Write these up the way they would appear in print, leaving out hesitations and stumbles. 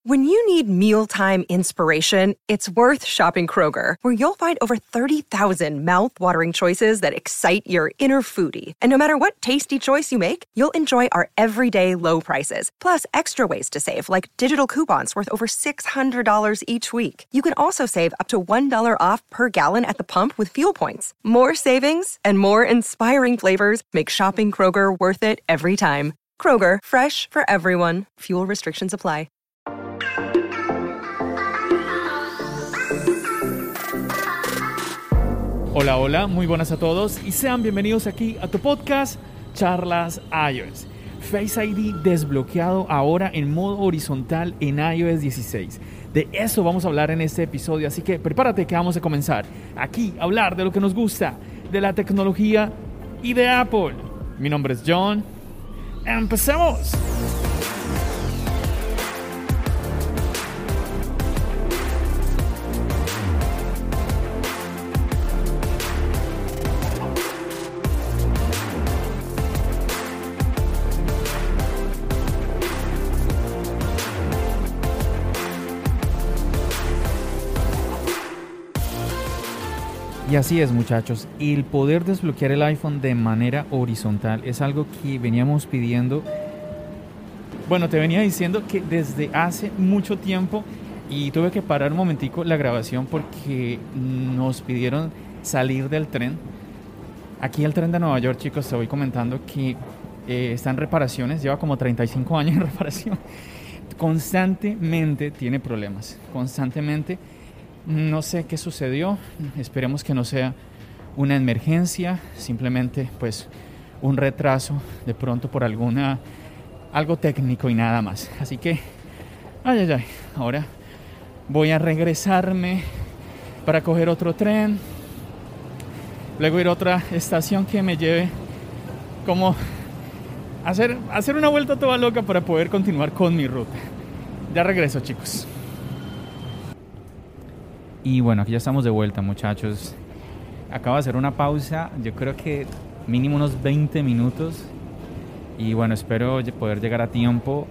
When you need mealtime inspiration, it's worth shopping Kroger, where you'll find over 30,000 mouth-watering choices that excite your inner foodie. And no matter what tasty choice you make, you'll enjoy our everyday low prices, plus extra ways to save, like digital coupons worth over $600 each week. You can also save up to $1 off per gallon at the pump with fuel points. More savings and more inspiring flavors make shopping Kroger worth it every time. Kroger, fresh for everyone. Fuel restrictions apply. Hola, hola, muy buenas a todos y sean bienvenidos aquí a tu podcast Charlas iOS. Face ID desbloqueado ahora en modo horizontal en iOS 16. De eso vamos a hablar en este episodio, así que prepárate que vamos a comenzar aquí a hablar de lo que nos gusta, de la tecnología y de Apple. Mi nombre es John. ¡Empecemos! Y así es, muchachos, el poder desbloquear el iPhone de manera horizontal es algo que veníamos pidiendo. Bueno, te venía diciendo que desde hace mucho tiempo, y tuve que parar un momentico la grabación porque nos pidieron salir del tren. Aquí el tren de Nueva York, chicos, te voy comentando que está en reparaciones, lleva como 35 años en reparación. Constantemente tiene problemas, constantemente. No sé qué sucedió, esperemos que no sea una emergencia, simplemente pues un retraso de pronto por algo técnico y nada más. Así que, ahora voy a regresarme para coger otro tren, luego ir a otra estación que me lleve como hacer una vuelta toda loca para poder continuar con mi ruta. Ya regreso, chicos. Y bueno, aquí ya estamos de vuelta, muchachos. Acabo de hacer una pausa, yo creo que mínimo unos 20 minutos. Y bueno, espero poder llegar a tiempo.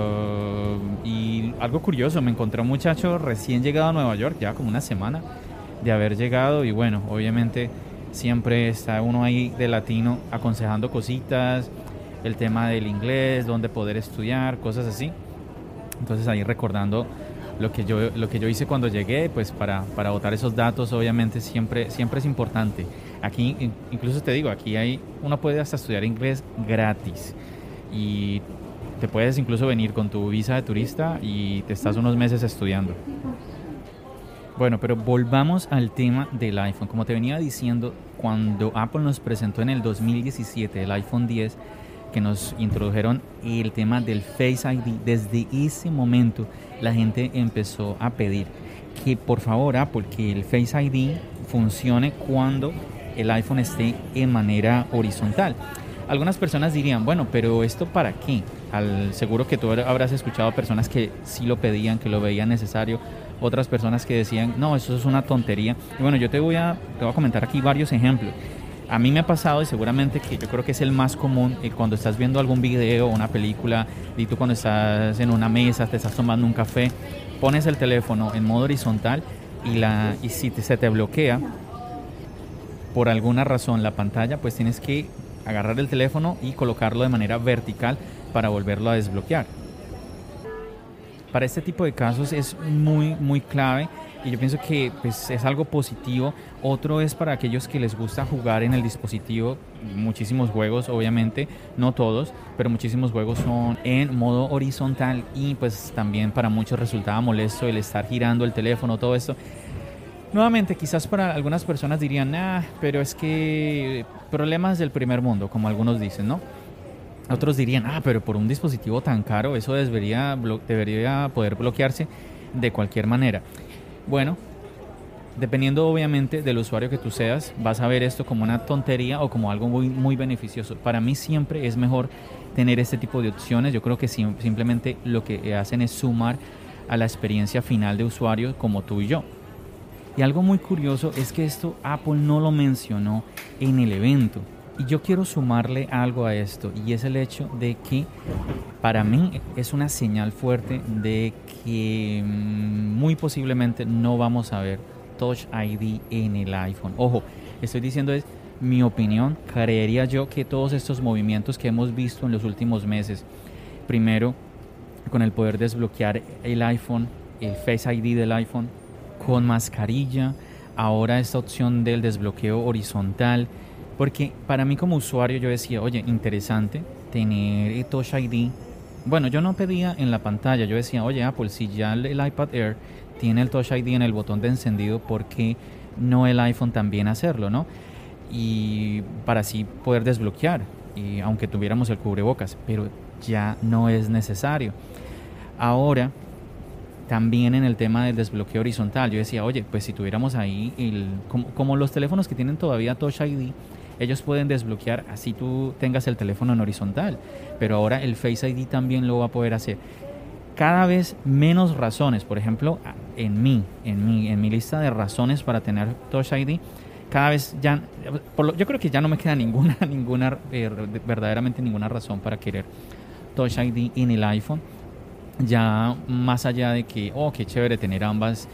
Y algo curioso, me encontré un muchacho recién llegado a Nueva York, ya como una semana de haber llegado. Y bueno, obviamente siempre está uno ahí de latino aconsejando cositas, el tema del inglés, dónde poder estudiar, cosas así. Entonces ahí recordando lo que yo hice cuando llegué, pues para botar esos datos, obviamente siempre es importante. Aquí, incluso te digo, aquí uno puede hasta estudiar inglés gratis y te puedes incluso venir con tu visa de turista y te estás unos meses estudiando. Bueno, pero volvamos al tema del iPhone. Como te venía diciendo, cuando Apple nos presentó en el 2017 el iPhone X, que nos introdujeron el tema del Face ID, desde ese momento la gente empezó a pedir que por favor Apple, que el Face ID funcione cuando el iPhone esté en manera horizontal. Algunas personas dirían, bueno, pero ¿esto para qué? Seguro que tú habrás escuchado personas que sí lo pedían, que lo veían necesario, otras personas que decían, no, eso es una tontería. Y bueno, yo te voy a comentar aquí varios ejemplos. A mí me ha pasado, y seguramente que yo creo que es el más común, cuando estás viendo algún video o una película, y tú cuando estás en una mesa, te estás tomando un café, pones el teléfono en modo horizontal y si se te bloquea por alguna razón la pantalla, pues tienes que agarrar el teléfono y colocarlo de manera vertical para volverlo a desbloquear. Para este tipo de casos es muy, muy clave. Y yo pienso que pues, es algo positivo. Otro es para aquellos que les gusta jugar en el dispositivo. Muchísimos juegos, obviamente, no todos, pero muchísimos juegos son en modo horizontal. Y pues también para muchos resultaba molesto el estar girando el teléfono, todo esto. Nuevamente, quizás para algunas personas dirían, pero es que problemas del primer mundo, como algunos dicen, ¿no? Otros dirían, pero por un dispositivo tan caro, eso debería poder bloquearse de cualquier manera. Bueno, dependiendo obviamente del usuario que tú seas, vas a ver esto como una tontería o como algo muy, muy beneficioso. Para mí siempre es mejor tener este tipo de opciones. Yo creo que simplemente lo que hacen es sumar a la experiencia final de usuario como tú y yo. Y algo muy curioso es que esto Apple no lo mencionó en el evento. Y yo quiero sumarle algo a esto, y es el hecho de que para mí es una señal fuerte de que muy posiblemente no vamos a ver Touch ID en el iPhone. Ojo, estoy diciendo es mi opinión. Creería yo que todos estos movimientos que hemos visto en los últimos meses, primero con el poder desbloquear el iPhone, el Face ID del iPhone, con mascarilla, ahora esta opción del desbloqueo horizontal, porque para mí como usuario yo decía, oye, interesante tener Touch ID. Bueno, yo no pedía en la pantalla, yo decía, oye Apple, si ya el iPad Air tiene el Touch ID en el botón de encendido, ¿por qué no el iPhone también hacerlo, no? Y para así poder desbloquear, y aunque tuviéramos el cubrebocas, pero ya no es necesario. Ahora, también en el tema del desbloqueo horizontal, yo decía, oye, pues si tuviéramos ahí, como los teléfonos que tienen todavía Touch ID, ellos pueden desbloquear así tú tengas el teléfono en horizontal, pero ahora el Face ID también lo va a poder hacer. Cada vez menos razones, por ejemplo, en mi lista de razones para tener Touch ID, cada vez ya, yo creo que ya no me queda verdaderamente ninguna razón para querer Touch ID en el iPhone. Ya más allá de que, qué chévere tener ambas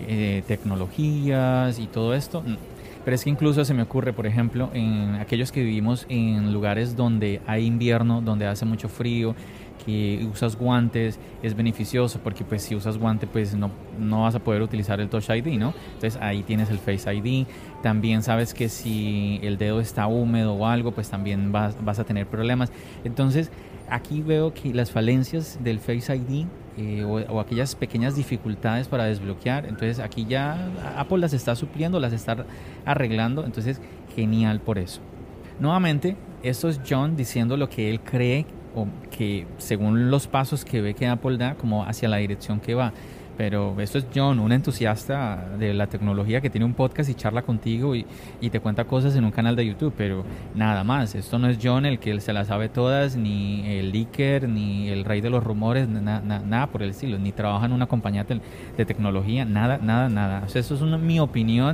tecnologías y todo esto, pero es que incluso se me ocurre, por ejemplo, en aquellos que vivimos en lugares donde hay invierno, donde hace mucho frío, que usas guantes, es beneficioso porque pues si usas guante pues no vas a poder utilizar el Touch ID, ¿no? Entonces ahí tienes el Face ID. También sabes que si el dedo está húmedo o algo, pues también vas a tener problemas. Entonces aquí veo que las falencias del Face ID o aquellas pequeñas dificultades para desbloquear, entonces aquí ya Apple las está supliendo, las está arreglando, entonces genial por eso. Nuevamente, esto es John diciendo lo que él cree o que según los pasos que ve que Apple da como hacia la dirección que va. Pero esto es John, un entusiasta de la tecnología que tiene un podcast y charla contigo y te cuenta cosas en un canal de YouTube, pero nada más. Esto no es John el que se las sabe todas, ni el leaker, ni el rey de los rumores, nada por el estilo, ni trabaja en una compañía de tecnología, nada. O sea, eso es mi opinión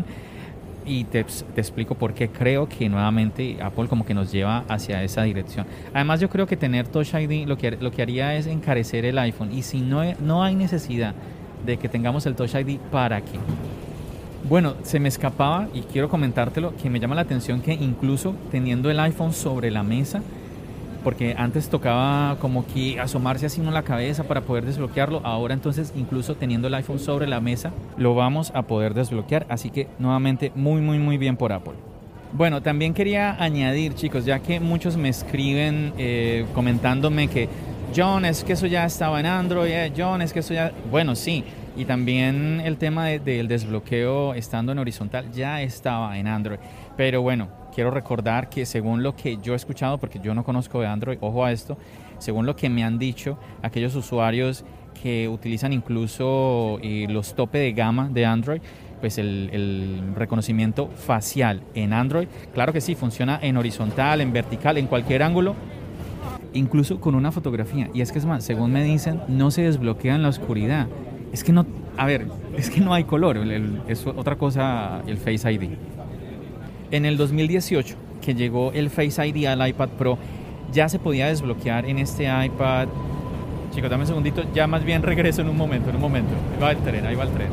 y te explico por qué creo que nuevamente Apple como que nos lleva hacia esa dirección. Además yo creo que tener Touch ID lo que haría es encarecer el iPhone, y si no hay necesidad de que tengamos el Touch ID, ¿para qué? Bueno, se me escapaba y quiero comentártelo, que me llama la atención que incluso teniendo el iPhone sobre la mesa, porque antes tocaba como que asomarse así en la cabeza para poder desbloquearlo, ahora entonces incluso teniendo el iPhone sobre la mesa lo vamos a poder desbloquear, así que nuevamente muy bien por Apple. Bueno, también quería añadir, chicos, ya que muchos me escriben comentándome que John, es que eso ya estaba en Android, John, es que eso ya... Bueno, sí, y también el tema del desbloqueo estando en horizontal ya estaba en Android, pero bueno, quiero recordar que según lo que yo he escuchado, porque yo no conozco de Android, ojo a esto, según lo que me han dicho aquellos usuarios que utilizan incluso los tope de gama de Android, pues el reconocimiento facial en Android, claro que sí, funciona en horizontal, en vertical, en cualquier ángulo, incluso con una fotografía. Y es que es más, según me dicen, no se desbloquea en la oscuridad. Es que no hay color, es otra cosa el Face ID. En el 2018, que llegó el Face ID al iPad Pro, ya se podía desbloquear en este iPad. Chicos, dame un segundito, ya más bien regreso en un momento. Ahí va el tren.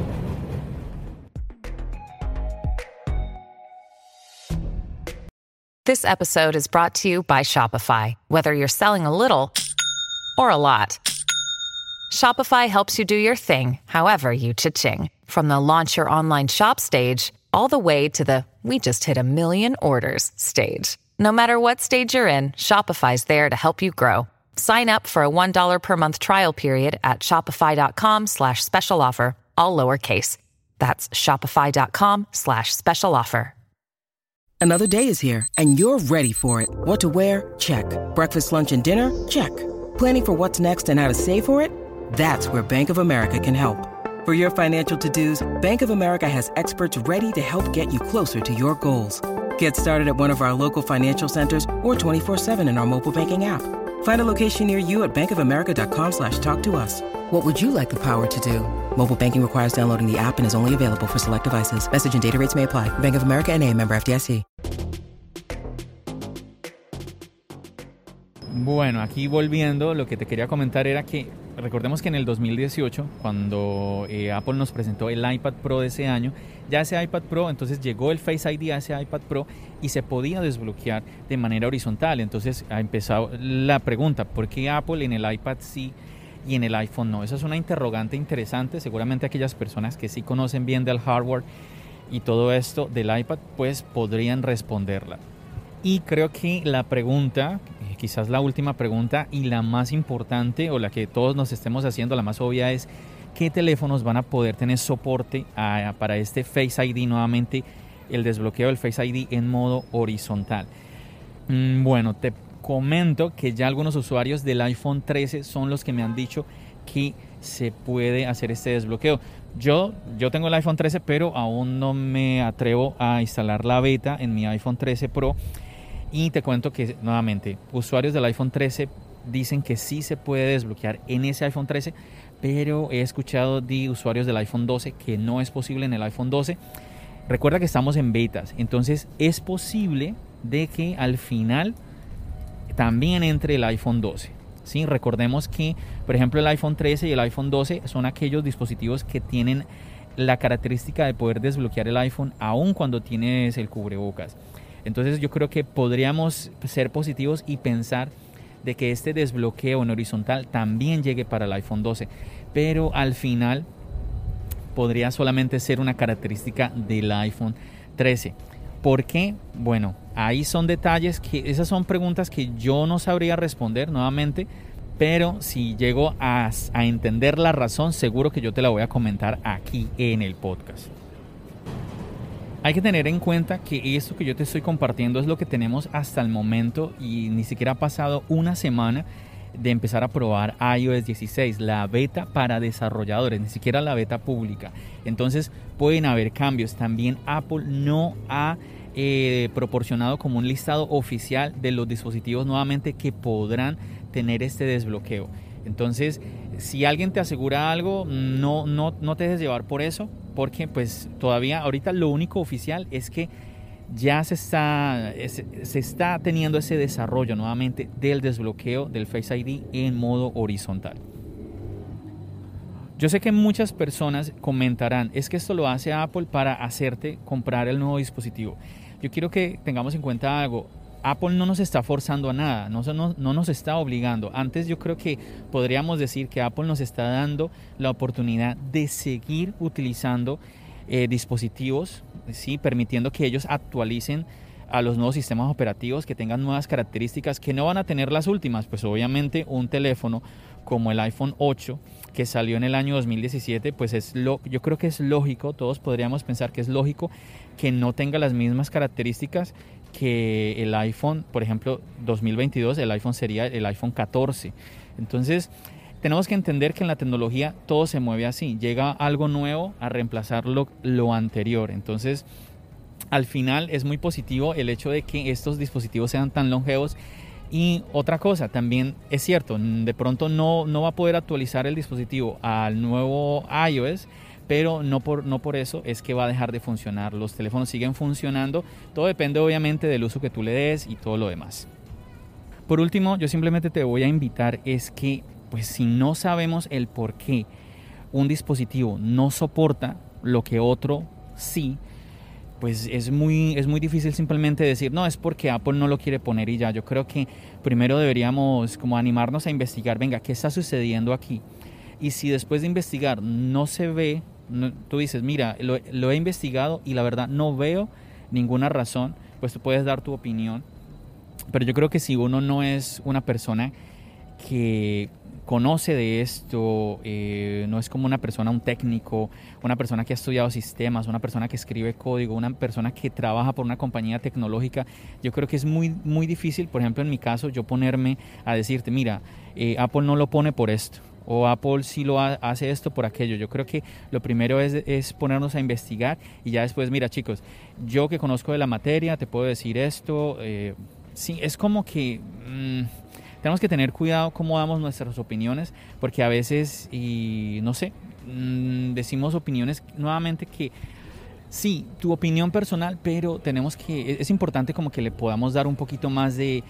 This episode is brought to you by Shopify. Whether you're selling a little or a lot, Shopify helps you do your thing, however you cha-ching. From the launch your online shop stage, all the way to the we just hit 1 million orders stage. No matter what stage you're in, Shopify's there to help you grow. Sign up for a $1 per month trial period at shopify.com/special offer, all lowercase. That's shopify.com/special offer. Another day is here, and you're ready for it. What to wear? Check. Breakfast, lunch, and dinner? Check. Planning for what's next and how to save for it? That's where Bank of America can help. For your financial to-dos, Bank of America has experts ready to help get you closer to your goals. Get started at one of our local financial centers or 24/7 in our mobile banking app. Find a location near you at bankofamerica.com/talktous. What would you like the power to do? Mobile banking requires downloading the app and is only available for select devices. Message and data rates may apply. Bank of America NA, member FDIC. Bueno, aquí volviendo, lo que te quería comentar era que recordemos que en el 2018, cuando Apple nos presentó el iPad Pro de ese año, ya ese iPad Pro, entonces llegó el Face ID a ese iPad Pro y se podía desbloquear de manera horizontal. Entonces ha empezado la pregunta, ¿por qué Apple en el iPad sí y en el iPhone no? Esa es una interrogante interesante. Seguramente aquellas personas que sí conocen bien del hardware y todo esto del iPad, pues podrían responderla. Y creo que la pregunta, quizás la última pregunta y la más importante, o la que todos nos estemos haciendo, la más obvia, es ¿qué teléfonos van a poder tener soporte para este Face ID nuevamente, el desbloqueo del Face ID en modo horizontal? Bueno, te comento que ya algunos usuarios del iPhone 13 son los que me han dicho que se puede hacer este desbloqueo. Yo tengo el iPhone 13, pero aún no me atrevo a instalar la beta en mi iPhone 13 Pro. Y te cuento que, nuevamente, usuarios del iPhone 13 dicen que sí se puede desbloquear en ese iPhone 13, pero he escuchado de usuarios del iPhone 12 que no es posible en el iPhone 12. Recuerda que estamos en betas, entonces es posible de que al final también entre el iPhone 12. ¿Sí? Recordemos que, por ejemplo, el iPhone 13 y el iPhone 12 son aquellos dispositivos que tienen la característica de poder desbloquear el iPhone aun cuando tienes el cubrebocas. Entonces yo creo que podríamos ser positivos y pensar de que este desbloqueo en horizontal también llegue para el iPhone 12, pero al final podría solamente ser una característica del iPhone 13. ¿Por qué? Bueno, ahí son detalles esas son preguntas que yo no sabría responder nuevamente, pero si llego a entender la razón, seguro que yo te la voy a comentar aquí en el podcast. Hay que tener en cuenta que esto que yo te estoy compartiendo es lo que tenemos hasta el momento y ni siquiera ha pasado una semana de empezar a probar iOS 16, la beta para desarrolladores, ni siquiera la beta pública. Entonces pueden haber cambios. También Apple no ha proporcionado como un listado oficial de los dispositivos nuevamente que podrán tener este desbloqueo. Entonces, si alguien te asegura algo, no te dejes llevar por eso, porque pues todavía ahorita lo único oficial es que ya se está teniendo ese desarrollo nuevamente del desbloqueo del Face ID en modo horizontal. Yo sé que muchas personas comentarán, es que esto lo hace Apple para hacerte comprar el nuevo dispositivo. Yo quiero que tengamos en cuenta algo. Apple no nos está forzando a nada, no nos está obligando. Antes yo creo que podríamos decir que Apple nos está dando la oportunidad de seguir utilizando dispositivos, ¿sí? Permitiendo que ellos actualicen a los nuevos sistemas operativos, que tengan nuevas características, que no van a tener las últimas. Pues obviamente un teléfono como el iPhone 8 que salió en el año 2017, pues yo creo que es lógico, todos podríamos pensar que es lógico que no tenga las mismas características que el iPhone, por ejemplo, 2022, el iPhone sería el iPhone 14. Entonces, tenemos que entender que en la tecnología todo se mueve así. Llega algo nuevo a reemplazar lo anterior. Entonces, al final es muy positivo el hecho de que estos dispositivos sean tan longevos. Y otra cosa, también es cierto, de pronto no va a poder actualizar el dispositivo al nuevo iOS, pero no por eso es que va a dejar de funcionar. Los teléfonos siguen funcionando, todo depende obviamente del uso que tú le des y todo lo demás. Por último, yo simplemente te voy a invitar es que, pues si no sabemos el por qué un dispositivo no soporta lo que otro sí, pues es muy difícil simplemente decir, no, es porque Apple no lo quiere poner y ya. Yo creo que primero deberíamos como animarnos a investigar, venga, ¿qué está sucediendo aquí? Y si después de investigar no se ve, tú dices, mira, lo he investigado y la verdad no veo ninguna razón, pues tú puedes dar tu opinión. Pero yo creo que si uno no es una persona que conoce de esto, no es como una persona, un técnico, una persona que ha estudiado sistemas, una persona que escribe código, una persona que trabaja por una compañía tecnológica, yo creo que es muy, muy difícil, por ejemplo en mi caso, yo ponerme a decirte, mira, Apple no lo pone por esto, o Apple sí lo hace esto por aquello. Yo creo que lo primero es ponernos a investigar y ya después, mira chicos, yo que conozco de la materia, te puedo decir esto, sí, es como que tenemos que tener cuidado cómo damos nuestras opiniones, porque a veces, y no sé, decimos opiniones nuevamente que sí, tu opinión personal, pero es importante como que le podamos dar un poquito más de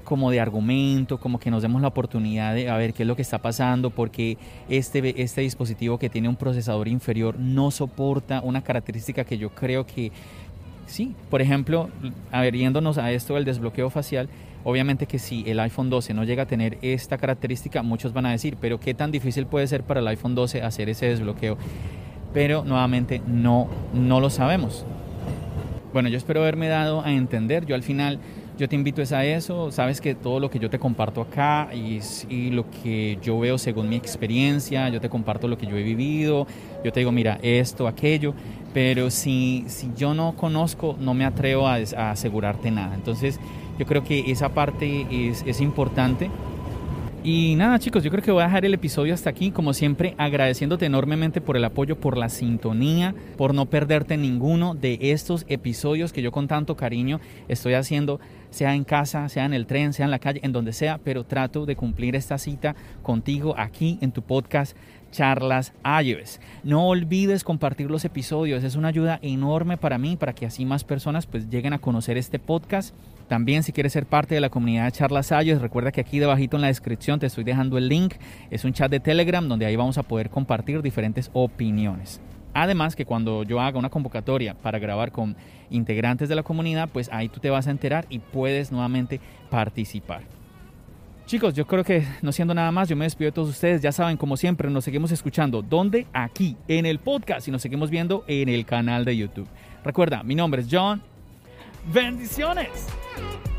como de argumento, como que nos demos la oportunidad de a ver qué es lo que está pasando, porque este dispositivo que tiene un procesador inferior no soporta una característica que yo creo que sí. Por ejemplo, yéndonos a esto del desbloqueo facial, obviamente que si el iPhone 12 no llega a tener esta característica, muchos van a decir, pero qué tan difícil puede ser para el iPhone 12 hacer ese desbloqueo. Pero nuevamente no lo sabemos. Bueno, yo espero haberme dado a entender. Yo al final, yo te invito a eso. Sabes que todo lo que yo te comparto acá y lo que yo veo según mi experiencia, yo te comparto lo que yo he vivido. Yo te digo, mira, esto, aquello. Pero si yo no conozco, no me atrevo a asegurarte nada. Entonces, yo creo que esa parte es importante. Y nada, chicos, yo creo que voy a dejar el episodio hasta aquí. Como siempre, agradeciéndote enormemente por el apoyo, por la sintonía, por no perderte ninguno de estos episodios que yo con tanto cariño estoy haciendo, sea en casa, sea en el tren, sea en la calle, en donde sea, pero trato de cumplir esta cita contigo aquí en tu podcast Charlas iOS. No olvides compartir los episodios, es una ayuda enorme para mí, para que así más personas pues lleguen a conocer este podcast. También si quieres ser parte de la comunidad de Charlas iOS, recuerda que aquí debajito en la descripción te estoy dejando el link. Es un chat de Telegram donde ahí vamos a poder compartir diferentes opiniones. Además que cuando yo haga una convocatoria para grabar con integrantes de la comunidad, pues ahí tú te vas a enterar y puedes nuevamente participar. Chicos, yo creo que no siendo nada más, yo me despido de todos ustedes. Ya saben, como siempre, nos seguimos escuchando. ¿Dónde? Aquí, en el podcast, y nos seguimos viendo en el canal de YouTube. Recuerda, mi nombre es John. ¡Bendiciones!